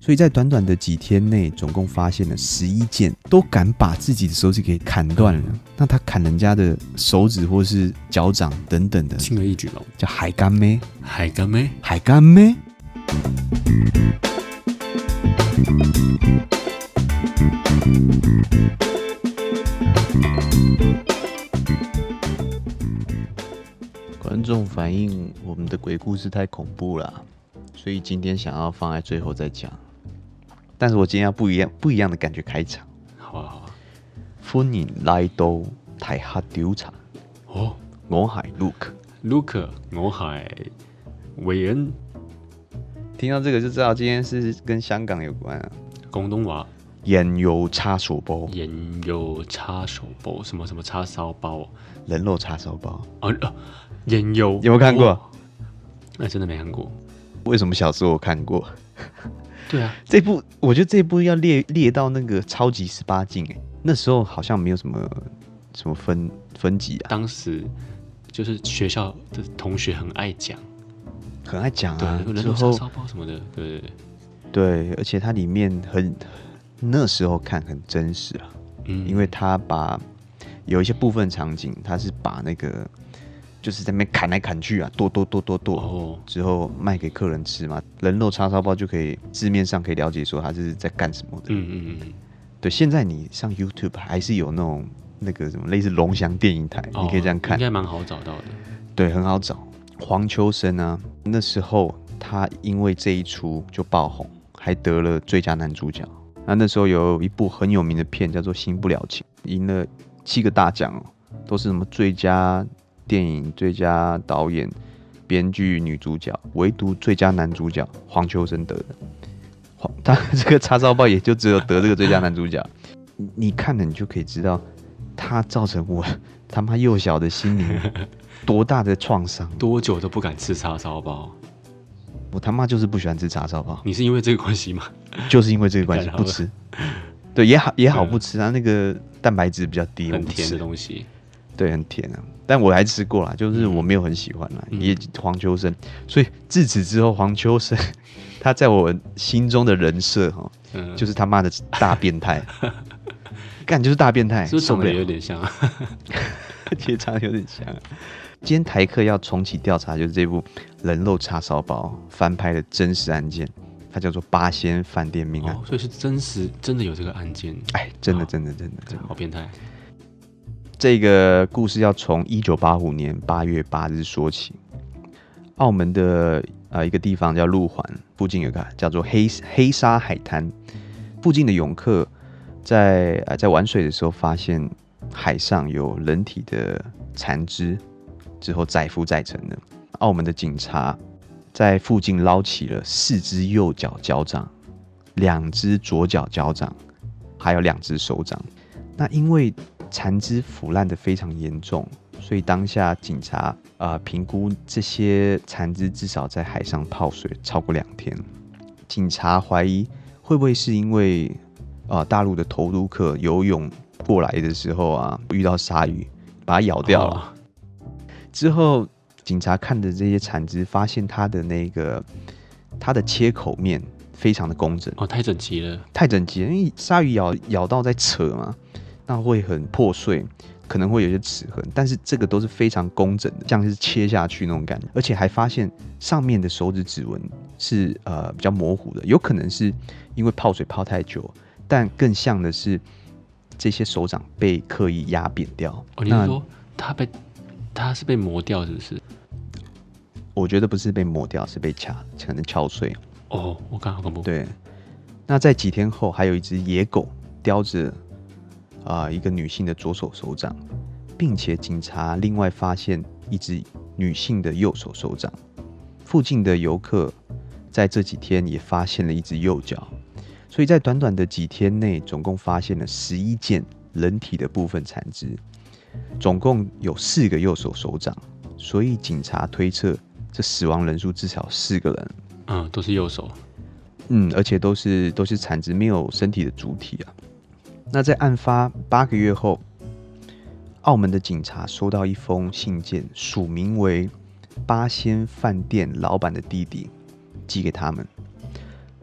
所以在短短的几天内，总共发现了11件，都敢把自己的手指给砍断了。那他砍人家的手指或是脚掌等等的， 轻而易举咯， 叫海干妹， 海干妹， 海干妹。观众反映我们的鬼故事太恐怖了，所以今天想要放在最后再讲。但是我今天要不一样的感觉开场。 好啊好啊。 歡迎來到提克調查。 哦， 我係 Luke， 我係韋恩。 聽到這個就知道今天是跟香港有關啊。 廣東話。 人肉叉燒包。 人肉叉燒包，什麼叉燒包？ 人肉叉燒包。 人肉有沒有看過？ 真的沒看過。 為什麼小時候我看過？ 對啊， 我覺得這部要列到那個超級18禁欸。那時候好像沒有什麼分級啊。 當時就是學校的同學很愛講啊。對，人肉叉燒包什麼的， 對，而且它裡面那時候看很真實啊。因為它有一些部分場景，它是把那個就是在那邊砍來砍去啊，剁之後賣給客人吃嘛。人肉叉燒包就可以字面上可以了解說它是在幹什麼的。對，現在你上 YouTube 還是有那個什麼類似龍祥電影台，你可以這樣看， 應該蠻好找到的。 對，很好找。黃秋生啊，那時候他因為這一出就爆紅，還得了最佳男主角。那時候有一部很有名的片叫做《新不了情》，贏了7個大獎哦，都是什麼最佳電影、最佳導演、編劇、女主角，唯獨最佳男主角黃秋生得的。他這個叉燒包也就只有得這個最佳男主角。你看了你就可以知道，他造成我他媽幼小的心靈多大的創傷， 多久都不敢吃叉燒包。 我他媽就是不喜歡吃叉燒包。 你是因為這個關係嗎？ 就是因為這個關係不吃。對，也好不吃啊，那個蛋白質比較低， 很甜的東西。 對，很甜啊，但我還吃過啦，就是我沒有很喜歡啦。也黃秋生，所以自此之後，黃秋生他在我心中的人設就是他媽的大變態，幹就是大變態， 是不是長得有點像啊？ 其實長得有點像。今天台客要重啟調查，就是這部人肉叉燒包翻拍的真實案件，它叫做八仙飯店命案。 所以是真的有這個案件。 哎，真的， 好變態。 這個故事要從1985年8月8日說起。澳門的一個地方叫路環，附近有個叫做黑沙海灘，附近的泳客在玩水的時候發現海上有人體的殘肢，之後載浮載沉的。澳門的警察在附近撈起了4隻右腳腳掌、2隻左腳腳掌，還有2隻手掌。那因為殘肢腐爛得非常嚴重，所以當下警察評估這些殘肢至少在海上泡水超過2天。警察懷疑會不會是因為大陸的頭陸客游泳過來的時候遇到鯊魚把它咬掉了。之後警察看着這些殘肢，發現它的切口面非常的工整。 太整齊了， 因為鯊魚咬到在扯嘛，那會很破碎，可能會有些齒痕，但是這個都是非常工整的，像是切下去那種感覺。而且還發現上面的手指指紋是比較模糊的，有可能是因為泡水泡太久，但更像的是這些手掌被刻意壓扁掉。 你是說它是被磨掉是不是？ 我覺得不是被磨掉，是被可能敲碎。 我看好恐怖。對， 那在幾天後，還有一隻野狗叼着一個女性的左手手掌，並且警察另外發現一隻女性的右手手掌。附近的遊客在這幾天也發現了一隻右腳，所以在短短的幾天內，總共發現了11件人體的部分殘肢，總共有4個右手手掌，所以警察推測這死亡人數至少4個人。 都是右手。 而且都是殘肢，沒有身體的主體啊。那在案發8個月後，澳門的警察收到一封信件，署名為八仙飯店老闆的弟弟寄給他們。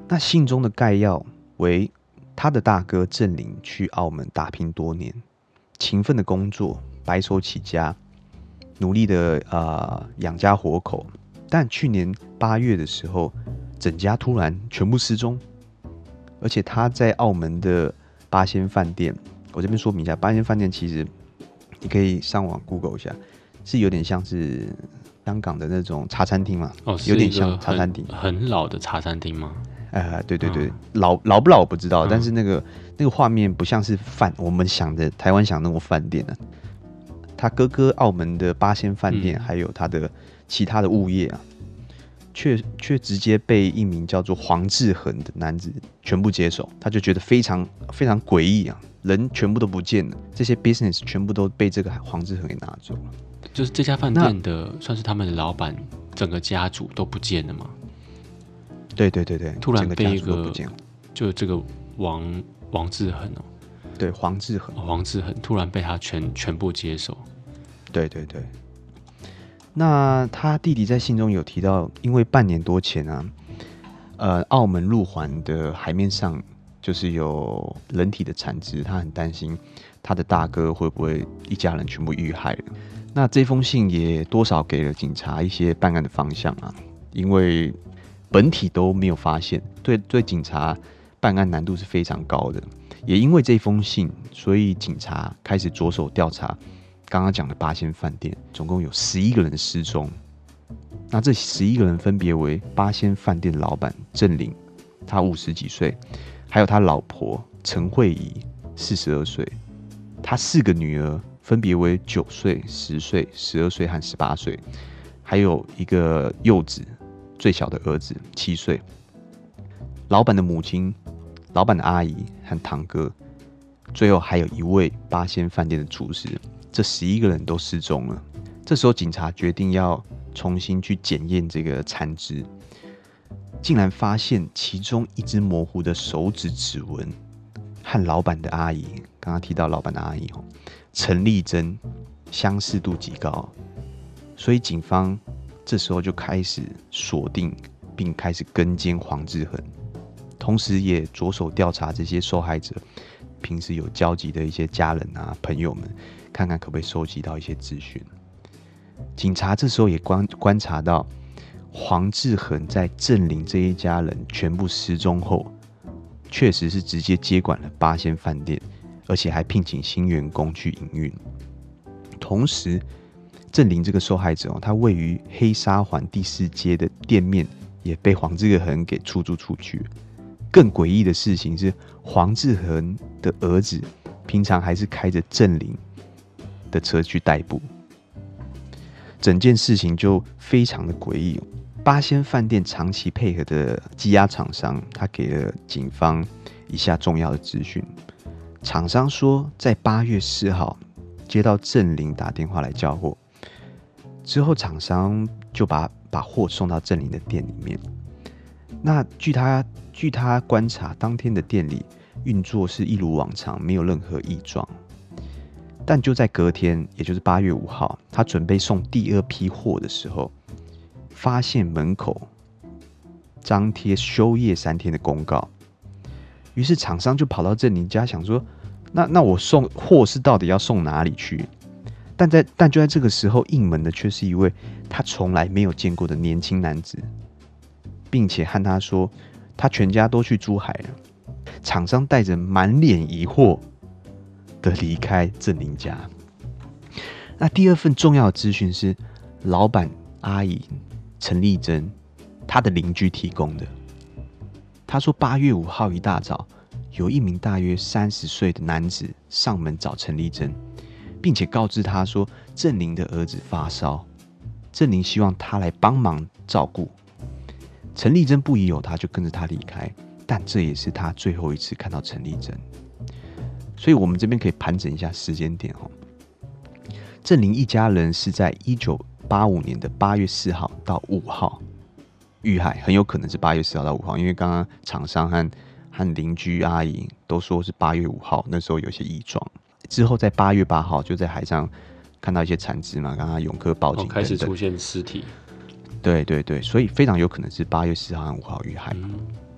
那信中的概要为他的大哥郑林去澳门打拼多年，勤奋的工作，白手起家，努力的养家活口。但去年8月的时候，整家突然全部失踪，而且他在澳门的八仙饭店，我这边说明一下，八仙饭店其实你可以上网 Google 一下，是有点像是香港的那种茶餐厅嘛，有点像茶餐厅， 很老的茶餐厅吗？ 对对对，老不老我不知道，但是那个画面不像是我们想的台湾想那种饭店啊。他哥哥澳门的八仙饭店，还有他的其他的物业啊，却直接被一名叫做黄志恒的男子全部接手，他就觉得非常非常诡异啊，人全部都不见了，这些 business 全部都被这个黄志恒给拿走了。 就是这家饭店的算是他们的老板，整个家族都不见了吗？ 对对对对， 突然被一个就这个王志恒哦， 对，黄志恒突然被他全部接手。 对对对。那他弟弟在信中有提到，因为半年多前啊，澳门路环的海面上就是有人体的产值，他很担心他的大哥会不会一家人全部遇害了。那这封信也多少给了警察一些办案的方向啊，因为本体都没有发现，对警察办案难度是非常高的。也因为这封信，所以警察开始着手调查刚刚讲的八仙饭店，总共有11个人失踪。那这11个人分别为八仙饭店的老板郑林，他50几岁，还有他老婆陈慧仪42岁，他4个女儿分别为9岁、10岁、12岁和18岁，还有一个幼子，最小的儿子7岁。老板的母亲、老板的阿姨和堂哥，最后还有一位八仙饭店的厨师，这11个人都失踪了。这时候警察决定要重新去检验这个残肢，竟然发现其中一只模糊的手指指纹和老板的阿姨，刚刚提到老板的阿姨陈丽珍相似度极高，所以警方这时候就开始锁定并开始跟监黄志恒，同时也着手调查这些受害者平时有交集的一些家人啊、朋友们，看看可不可以收集到一些资讯。警察这时候也观察到黄志恒在郑林这一家人全部失踪后，确实是直接接管了八仙饭店，而且还聘请新员工去营运。同时郑林这个受害者他位于黑沙环第4街的店面也被黄志恒给出租出去。更诡异的事情是，黄志恒的儿子平常还是开着郑林的车去代步。整件事情就非常的诡异。八仙饭店长期配合的羁押厂商，他给了警方以下重要的资讯。厂商说，在8月4号接到郑林打电话来交货，之后厂商就把货送到郑林的店里面。那据他观察，当天的店里运作是一如往常，没有任何异状。但就在隔天，也就是8月5号，他准备送第2批货的时候，发现门口张贴休业3天的公告。于是厂商就跑到郑林家，想说，那我送货是到底要送哪里去？但就在这个时候，应门的却是一位他从来没有见过的年轻男子，并且和他说，他全家都去珠海了。厂商带着满脸疑惑的离开郑林家。那第2份重要的资讯是老板阿姨陈丽珍她的邻居提供的。他说8月5号一大早，有一名大约30岁的男子上门找陈丽珍，并且告知他说郑林的儿子发烧，郑林希望他来帮忙照顾。陈丽珍不疑有他，就跟着他离开，但这也是他最后一次看到陈丽珍。所以我们这边可以盘整一下时间点。郑林一家人是在1985年的8月4号到5号遇害，很有可能是8月4号到5号，因为刚刚厂商和邻居阿姨都说是8月5号，那时候有些异状。之后在8月8号就在海上看到一些残肢嘛，刚刚永科报警开始出现尸体。 对对对，所以非常有可能是8月4号和5号遇害。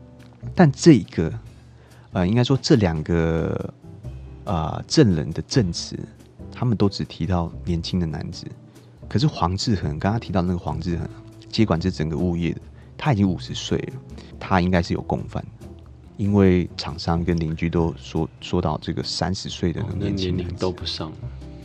但这个应该说这2个证人的证词，他们都只提到年轻的男子。可是黄志恒，刚刚提到那个黄志恒接管这整个物业的，他已经50岁了，他应该是有共犯的，因为厂商跟邻居都说到这个30岁的年轻人都不上。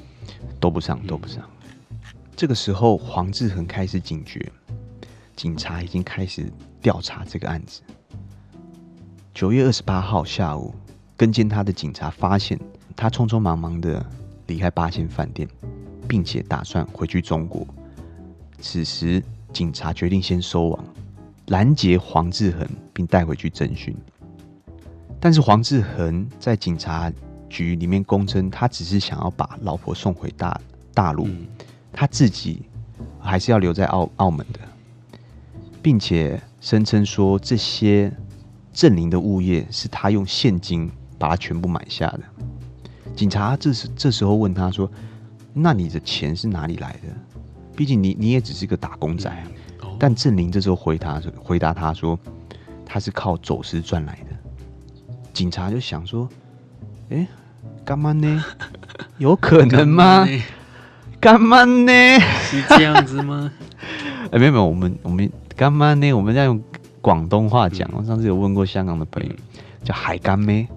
这个时候黄志恒开始警觉，警察已经开始调查这个案子。9月28号下午，跟监他的警察发现他匆匆忙忙的离开八仙饭店，并且打算回去中国。此时警察决定先收网，拦截黄志恒并带回去侦讯。但是黄志恒在警察局里面供称，他只是想要把老婆送回大陆，他自己还是要留在澳门的，并且声称说这些正林的物业是他用现金把它全部买下的。警察这时候问他说：“那你的钱是哪里来的？毕竟你也只是个打工仔。”但正林这时候回答他说：“他是靠走私赚来的。”警察就想说：“干嘛呢？有可能吗？干嘛呢？ 是这样子吗？” 没有，我们干嘛呢？我们在用广东话讲。我上次有问过香港的朋友，叫海干妹，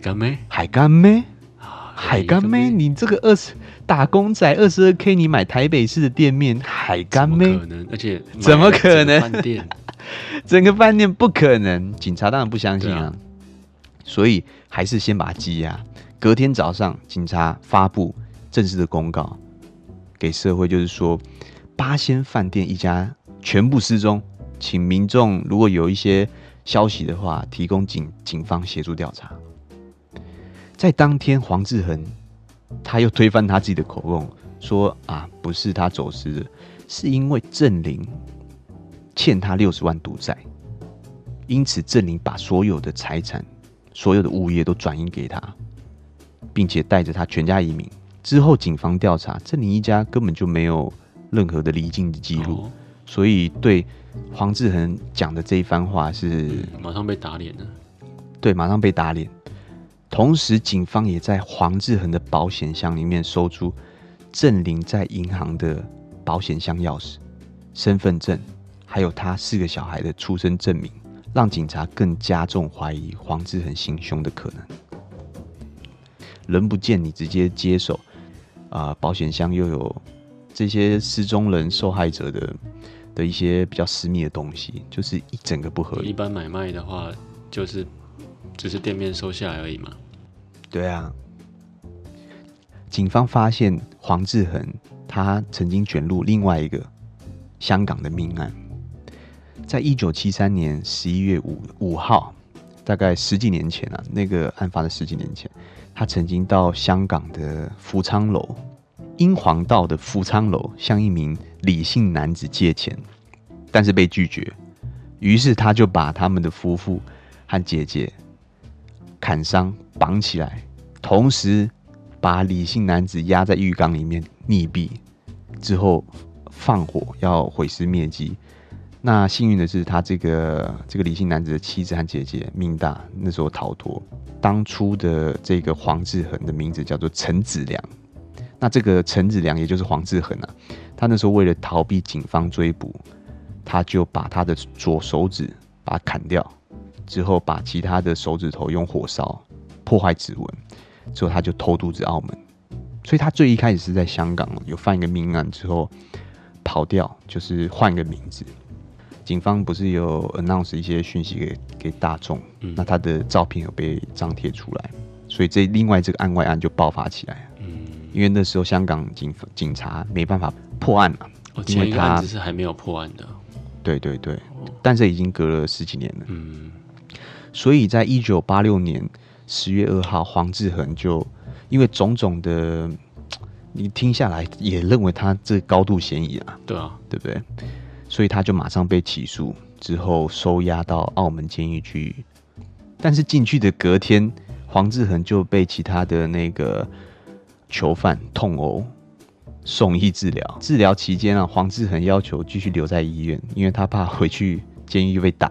你这个打工仔22K，你买台北市的店面，海干妹？ 怎么可能？而且怎么可能？整个饭店不可能。警察当然不相信啊，所以还是先把他羁押。隔天早上，警察发布正式的公告给社会，就是说八仙饭店一家全部失踪，请民众如果有一些消息的话，提供警方协助调查。在当天，黄志恒他又推翻他自己的口供，说不是他走私的，是因为郑林欠他60万赌债，因此郑林把所有的财产、所有的物业都转移给他，并且带着他全家移民。之后警方调查，郑林一家根本就没有任何的离境的记录，所以对黄志恒讲的这一番话是马上被打脸了。 对，马上被打脸。同时，警方也在黄志恒的保险箱里面搜出郑林在银行的保险箱钥匙、身份证，还有他4个小孩的出生证明，让警察更加重怀疑黄志恒行凶的可能。人不见你直接接手，保险箱又有这些失踪人受害者的一些比较私密的东西，就是一整个不合理。 一般买卖的话，就是只是店面收下来而已嘛。 对啊。警方发现黄志恒他曾经卷入另外一个香港的命案，在1973年11月5号，大概10几年前那个案发的10几年前，他曾经到香港的福昌楼、英皇道的福昌楼向一名李姓男子借钱，但是被拒绝。于是他就把他们的夫妇和姐姐砍伤绑起来，同时把李姓男子压在浴缸里面溺毙，之后放火要毁尸灭迹。那幸运的是，他这个李姓男子的妻子和姐姐命大，那时候逃脱。当初的这个黄志恒的名字叫做陈子良，那这个陈子良也就是黄志恒他那时候为了逃避警方追捕，他就把他的左手指把它砍掉，之后把其他的手指头用火烧破坏指纹，之后他就偷渡至澳门。所以他最一开始是在香港有犯一个命案之后跑掉，就是换一个名字。警方不是有 announce 一些讯息给大众，那他的照片有被张贴出来，所以另外这个案外案就爆发起来了。因为那时候香港警察没办法破案嘛，因为前一个案子是还没有破案的。 对，但这已经隔了10几年了。所以在1986年10月2号，黄志恒就因为种种的，你听下来也认为他这高度嫌疑啊， 对啊， 对不对？所以他就马上被起诉，之后收押到澳门监狱去。但是进去的隔天，黄志恒就被其他的那个囚犯痛殴，送医治疗。治疗期间黄志恒要求继续留在医院，因为他怕回去监狱被打。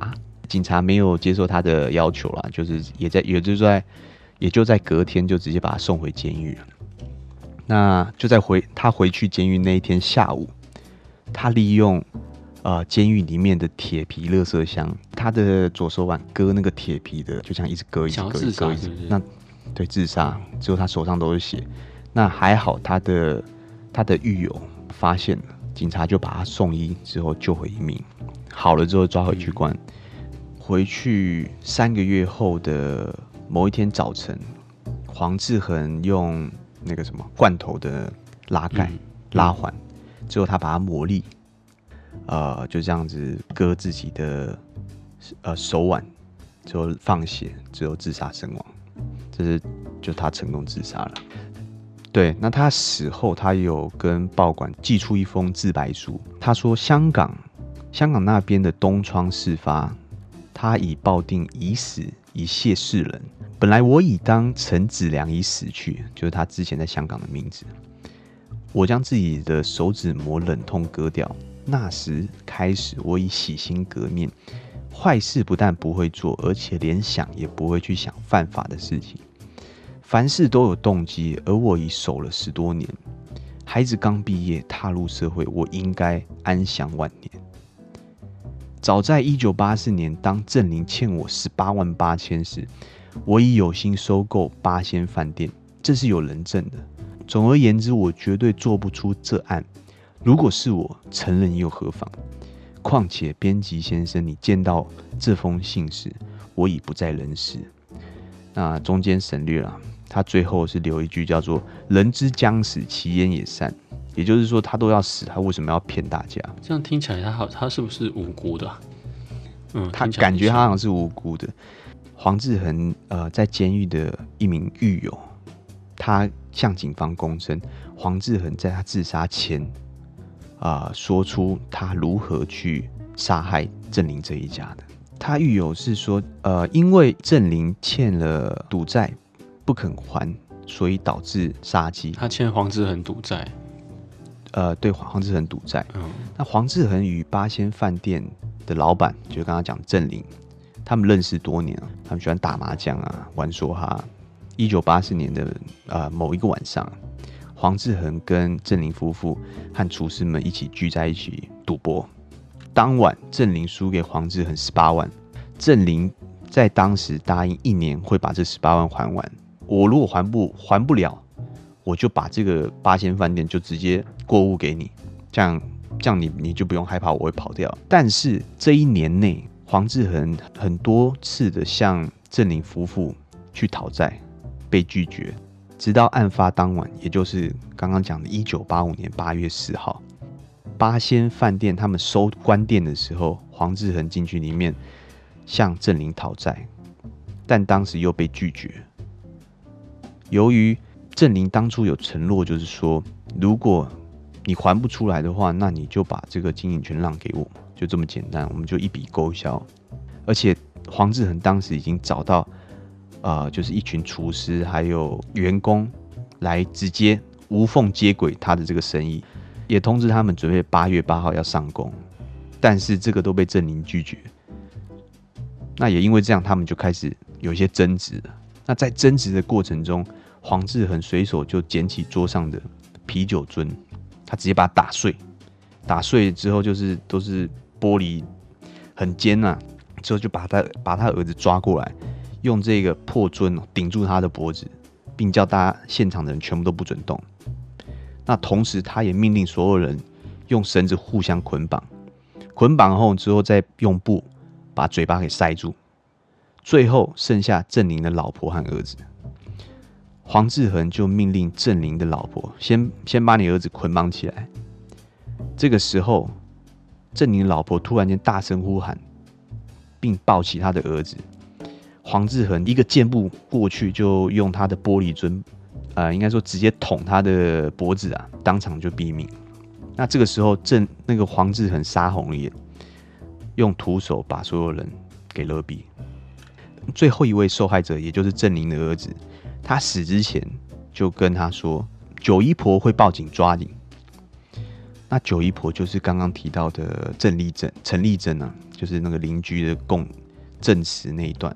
警察没有接受他的要求啦，就是也就在隔天就直接把他送回监狱了。那就在他回去监狱那一天下午，他利用监狱里面的铁皮垃圾箱，他的左手腕割那个铁皮的，就这样一直割， 想要自杀是不是？ 那对，自杀，之后他手上都是血。那还好，他的狱友发现了，警察就把他送医，之后救回一命。好了之后抓回去关。回去3个月后的某一天早晨，黄志恒用那个什么罐头的拉盖拉环，之后他把它磨砺，就这样子割自己的手腕，之后放血，之后自杀身亡。就是他成功自杀了。对，那他死后，他有跟报馆寄出一封自白书，他说香港那边的东窗事发，他已抱定已死以谢世人。本来我已当陈子良已死去，就是他之前在香港的名字。我将自己的手指模忍痛割掉，那时开始我已洗心革面，坏事不但不会做，而且连想也不会去想犯法的事情。凡事都有动机，而我已守了10多年。孩子刚毕业，踏入社会，我应该安享晚年。早在1984年，当郑林欠我18万8千时，我已有心收购八仙饭店，这是有人证的。总而言之，我绝对做不出这案。如果是我，承认又何妨？况且编辑先生，你见到这封信时，我已不在人世。那中间省略了，他最后是留一句叫做“人之将死，其言也善”，也就是说他都要死，他为什么要骗大家？ 这样听起来他是不是无辜的他感觉他好像是无辜的。黄志恒在监狱的一名狱友，他向警方供称，黄志恒在他自杀前说出他如何去杀害郑林这一家的。他狱友是说，因为郑林欠了赌债不肯还，所以导致杀机。 他欠黄志恒赌债。 对，黄志恒赌债。那黄志恒与八仙饭店的老板，就是刚刚讲郑林，他们认识多年啊，他们喜欢打麻将啊，玩梭哈。1984年的某一个晚上，黄志恒跟郑林夫妇和厨师们一起聚在一起赌博。当晚，郑林输给黄志恒18万。郑林在当时答应1年会把这18万还完。我如果还不了，我就把这个八仙饭店就直接过户给你，这样你就不用害怕我会跑掉。但是这1年内，黄志恒很多次的向郑林夫妇去讨债，被拒绝。直到案发当晚，也就是刚刚讲的1985年8月4号。八仙饭店他们关店的时候，黄志恒进去里面向郑林讨债，但当时又被拒绝。由于郑林当初有承诺，就是说，如果你还不出来的话，那你就把这个经营权让给我，就这么简单，我们就一笔勾销。而且黄志恒当时已经找到就是一群厨师还有员工来直接无缝接轨他的这个生意。也通知他们准备8月8号要上工，但是这个都被郑林拒绝。那也因为这样，他们就开始有一些争执了。那在争执的过程中，黄志恒随手就捡起桌上的啤酒樽，他直接把它打碎。打碎之后都是玻璃，很尖啊。之后就把他儿子抓过来，用这个破樽顶住他的脖子，并叫大家现场的人全部都不准动。那同时，他也命令所有人用绳子互相捆绑，捆绑后之后再用布把嘴巴给塞住，最后剩下郑林的老婆和儿子。黄志恒就命令郑林的老婆先把你儿子捆绑起来。这个时候，郑林的老婆突然间大声呼喊，并抱起他的儿子。黄志恒一个箭步过去，就用他的玻璃樽。应该说直接捅他的脖子啊，当场就毙命。那这个时候，那个黄志恒杀红了眼，用徒手把所有人给勒毙。最后一位受害者，也就是郑林的儿子，他死之前就跟他说，九姨婆会报警抓你。那九姨婆就是刚刚提到的陈丽珍啊，就是那个邻居的证词那一段。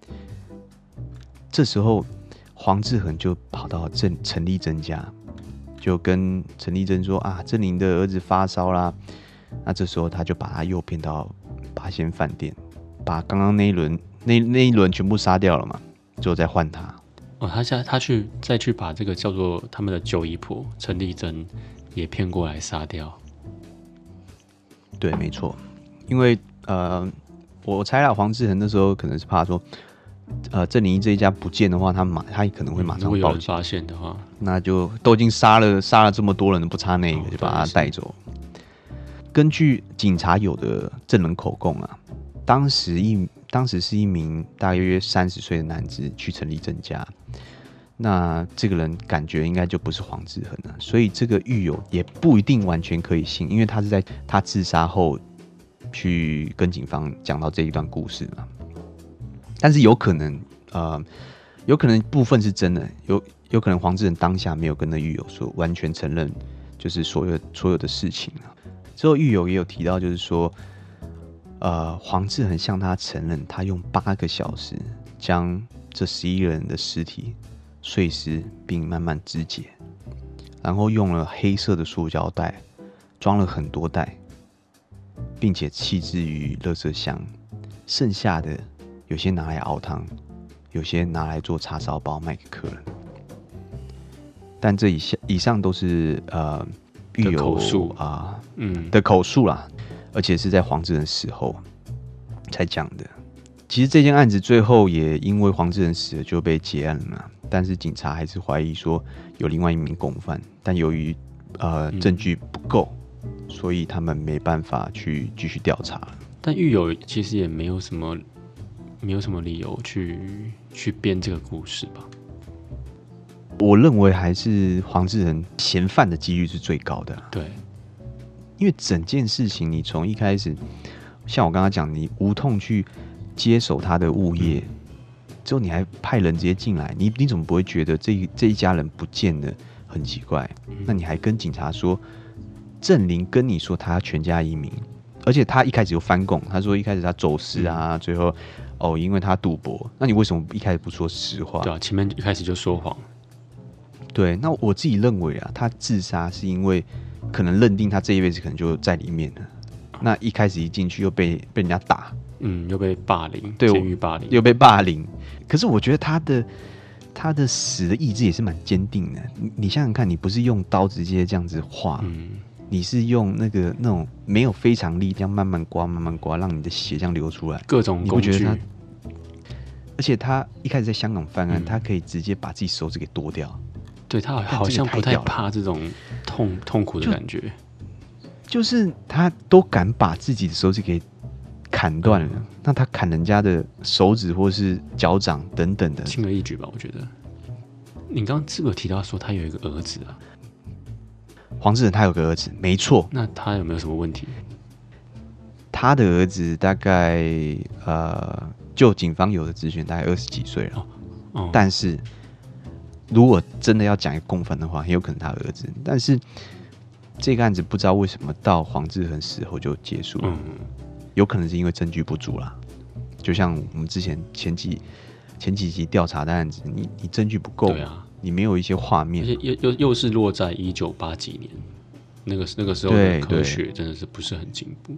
这时候黄志恒就跑到陈丽珍家，就跟陈丽珍说啊，郑林的儿子发烧啦。那这时候他就把他诱骗到八仙饭店，把刚刚那一轮全部杀掉了嘛，之后再换他。 他再去把这个叫做他们的九姨婆陈丽珍也骗过来杀掉。 对，没错，因为我猜啦，黄志恒那时候可能是怕说，郑林这一家不见的话，他可能会马上报警。 如果有人发现的话， 那就都已经杀了这么多人，不差那一个，就把他带走。根据警察有的证人口供啊，当时是一名大约30岁的男子去陈丽珍家，那这个人感觉应该就不是黄志恒了，所以这个狱友也不一定完全可以信，因为他是在他自杀后去跟警方讲到这一段故事嘛。但是有可能部分是真的，有可能黄志恒当下没有跟那狱友说完全承认，就是所有的事情啊。之后狱友也有提到，就是说，黄志恒向他承认，他用8个小时将这11个人的尸体碎尸并慢慢肢解，然后用了黑色的塑胶袋装了很多袋，并且弃置于垃圾箱，剩下的有些拿来熬汤，有些拿来做叉烧包卖给客人。但这以上都是狱友口述的口述啦，而且是在黄志恒死后才讲的。其实这件案子最后也因为黄志恒死了就被结案了嘛，但是警察还是怀疑说有另外一名共犯，但由于证据不够，所以他们没办法去继续调查了。 但狱友其实也没有什么理由去编这个故事吧？ 我认为还是黄志恒嫌犯的几率是最高的。 对， 因为整件事情你从一开始，像我刚刚讲，你无痛去接手他的物业，之后你还派人直接进来，你怎么不会觉得这一家人不见了很奇怪？那你还跟警察说，郑林跟你说他全家移民，而且他一开始有翻供，他说一开始他走私啊，最后因为他赌博，那你为什么一开始不说实话？ 对啊，前面一开始就说谎。 对，那我自己认为啊，他自杀是因为可能认定他这一辈子可能就在里面了。那一开始一进去又被人家打， 又被霸凌， 对， 监狱霸凌， 又被霸凌。可是我觉得他的死的意志也是蛮坚定的。你想想看，你不是用刀直接这样子划，你是用那种没有非常力，这样慢慢刮，让你的血这样流出来， 各种工具。 你不觉得他？而且他一开始在香港犯案，他可以直接把自己手指给剁掉。 对，他好像不太怕这种痛苦的感觉， 就是他都敢把自己的手指给砍断了，那他砍人家的手指或是脚掌等等的， 轻而易举吧？我觉得。你刚刚是不是有提到说他有一个儿子啊？ 黄志恒他有个儿子，没错。 那他有没有什么问题？ 他的儿子大概就警方有的资讯，大概20几岁了。但是如果真的要讲一个共犯的话，很有可能他儿子。但是这个案子不知道为什么到黄志恒死后就结束了，有可能是因为证据不足啦。就像我们之前前几集调查的案子，你证据不够，对啊，你没有一些画面， 而且又是落在1980几年，那个时候的科学真的是不是很进步。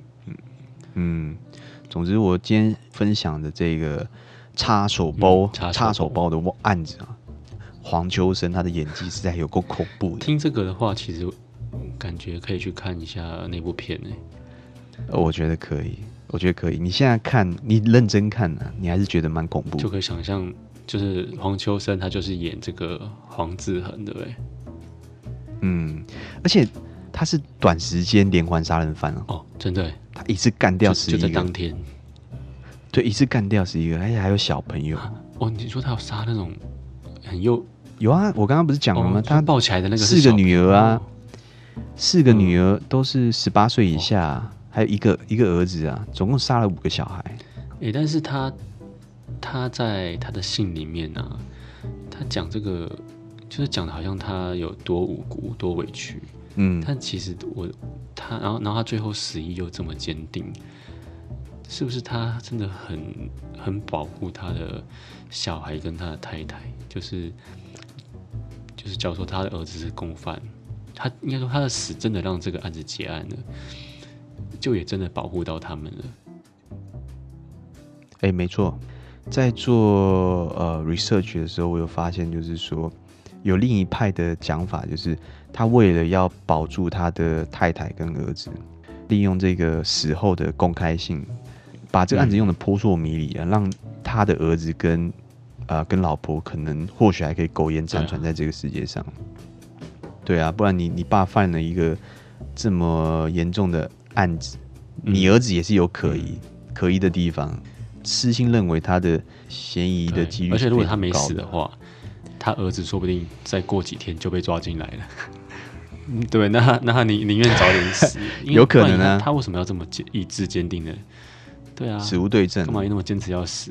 总之我今天分享的这个插手包的案子啊，黄秋生他的演技实在有够恐怖的。 听这个的话，其实感觉可以去看一下那部片我觉得可以。你现在看，你认真看啊，你还是觉得蛮恐怖的。 就可以想象，就是黄秋生他就是演这个黄志恒，对不对？ 而且他是短时间连环杀人犯真的， 他一次干掉11个， 就在当天。 对，一次干掉11个，而且还有小朋友。 你说他有杀那种很有啊？我刚刚不是讲了吗？他抱起来的那个 4个女儿啊，4个女儿都是18岁以下，还有一个儿子啊，总共杀了5个小孩。 但是他在他的信里面啊，他讲这个就是讲的好像他有多无辜、多委屈。但其实然后他最后死意又这么坚定， 是不是他真的很保护他的小孩跟他的太太？就是假如说他的儿子是共犯，他应该说他的死真的让这个案子结案了，就也真的保护到他们了。 没错，在做research 的时候，我有发现，就是说有另一派的讲法，就是他为了要保住他的太太跟儿子，利用这个死后的公开性，把这个案子用的扑朔迷离啊，让他的儿子跟老婆可能或许还可以苟延残喘在这个世界上。对啊，不然你爸犯了一个这么严重的案子，你儿子也是有可疑的地方。私心认为他的嫌疑的几率， 而且如果他没死的话，他儿子说不定再过几天就被抓进来了。对，那他宁愿早点死， 有可能啊。 他为什么要这么意志坚定的？对啊， 死无对证， 干嘛那么坚持要死？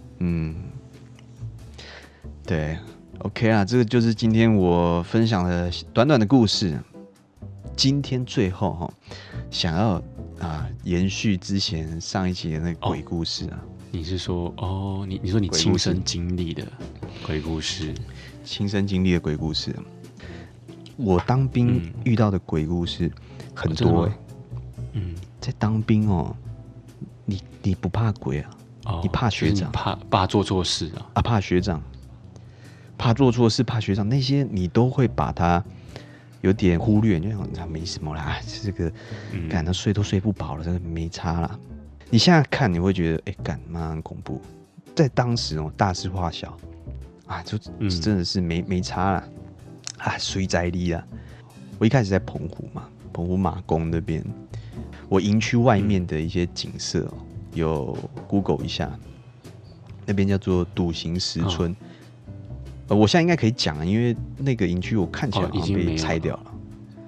对 ，OK 啊，这个就是今天我分享的短短的故事。今天最后想要延续之前上一期的那个鬼故事啊。 你是说你说你亲身经历的鬼故事？ 亲身经历的鬼故事，我当兵遇到的鬼故事很多在当兵你不怕鬼啊？你怕学长？ 怕做错事啊？ 怕学长？怕做错事？怕学长？那些你都会把它有点忽略，就想没什么啦，这个干他睡都睡不饱了，这个没差啦。你现在看你会觉得干妈很恐怖，在当时大事化小就真的是没差啦随在力啦。我一开始在澎湖嘛，澎湖马公那边，我营区外面的一些景色有 Google 一下，那边叫做笃行石村。我现在应该可以讲因为那个营区我看起来好像被拆掉了。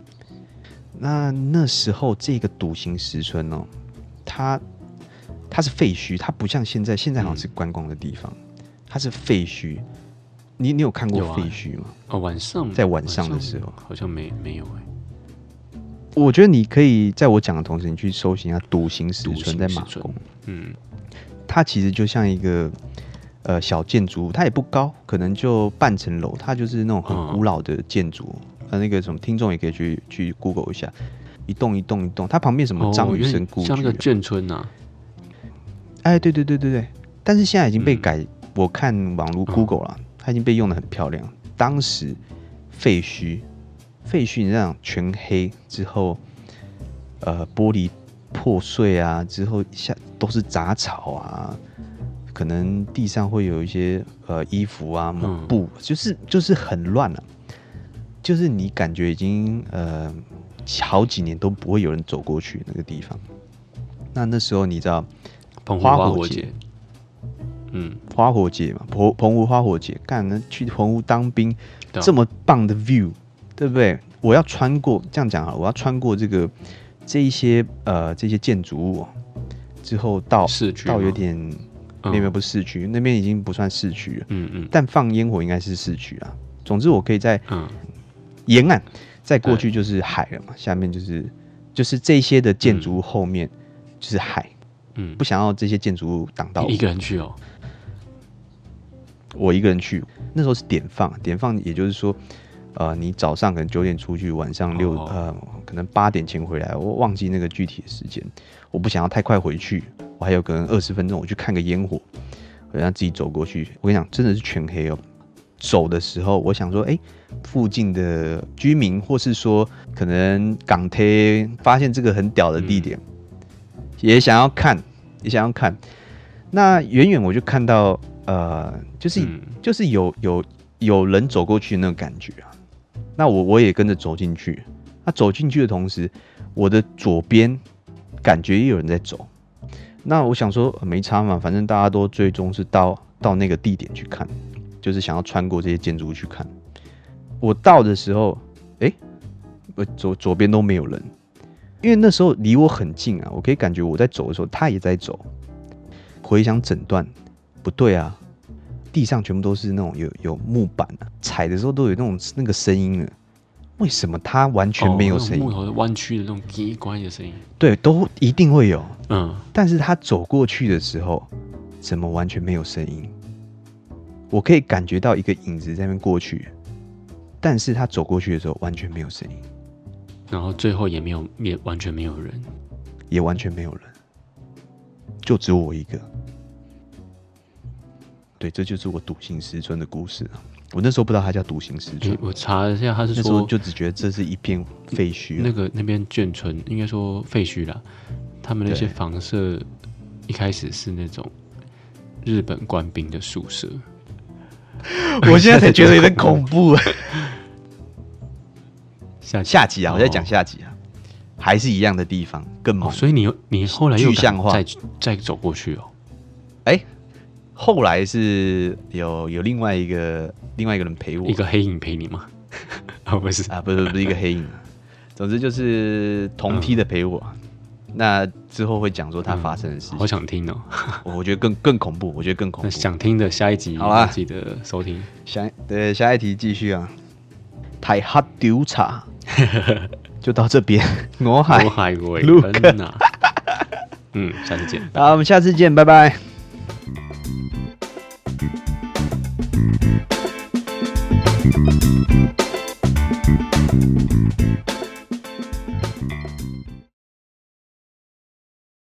那时候这个笃行石村它是废墟，它不像现在好像是观光的地方，它是废墟。你有看过废墟吗？ 晚上在晚上的时候好像没有我觉得你可以在我讲的同时，你去搜寻一下笃行石村在马公。它其实就像一个小建筑物，它也不高，可能就半层楼，它就是那种很古老的建筑。那个什么听众也可以去 Google 一下，一栋一栋一栋，它旁边什么张雨生故居， 像那个眷村啊。 对，但是现在已经被改，我看网络 Google 了，它已经被用得很漂亮。当时废墟你这样全黑之后，玻璃破碎啊，之后下都是杂草啊，可能地上会有一些衣服啊、抹布，就是很乱啊，就是你感觉已经好几年都不会有人走过去那个地方。那时候你知道花火节， 花火节嘛，澎湖花火节，去澎湖当兵，这么棒的 view， 对不对？我要穿过，这样讲好了，我要穿过这一些建筑物之后到市区， 到有点那边不是市区，那边已经不算市区了，但放烟火应该是市区啊。总之我可以在沿岸，再过去就是海了嘛，下面就是这些的建筑物后面就是海。不想要这些建筑物挡到我。 你一个人去我一个人去。那时候是点放，也就是说，你早上可能9点出去，晚上可能8点前回来，我忘记那个具体的时间。我不想要太快回去，我还有可能20分钟，我去看个烟火，我让自己走过去。我跟你讲，真的是全黑哦。走的时候，我想说，附近的居民或是说可能港铁发现这个很屌的地点，也想要看。那远远我就看到，就是有人走过去的那种感觉啊。那我也跟着走进去。那走进去的同时，我的左边感觉也有人在走。那我想说没差嘛，反正大家都最终是到那个地点去看，就是想要穿过这些建筑物去看。我到的时候，我左边都没有人。因为那时候离我很近啊，我可以感觉我在走的时候，他也在走。回想整段，不对啊，地上全部都是那种有木板啊，踩的时候都有那个声音了。 为什么它完全没有声音？ 木头的弯曲的那种叽乖的声音， 对，都一定会有。 嗯， 但是他走过去的时候，怎么完全没有声音？我可以感觉到一个影子在那边过去，但是他走过去的时候完全没有声音， 然后最后也完全没有人， 也完全没有人，就只有我一个。对，这就是我笃行石村的故事啊。我那时候不知道它叫笃行石村， 我查了一下，他是那时候说就只觉得这是一片废墟、啊。 那边眷村应该说废墟啦，他们那些对房舍一开始是那种日本官兵的宿舍。 我现在才觉得有点恐怖。 下集啊，我在讲下集啊，还是一样的地方，更猛。 所以你后来又具象化再走过去哦。 后来是有另外一个人陪我， 一个黑影陪你吗？不是啊，不是一个黑影，总之就是同梯的陪我。那之后会讲说他发生的事情， 好想听哦。 我觉得更恐怖， 那想听的下一集， 好啦， 记得收听。 下一题继续啊。太黑调查就到这边，我海为人啊。下次见。 好，我们下次见，拜拜。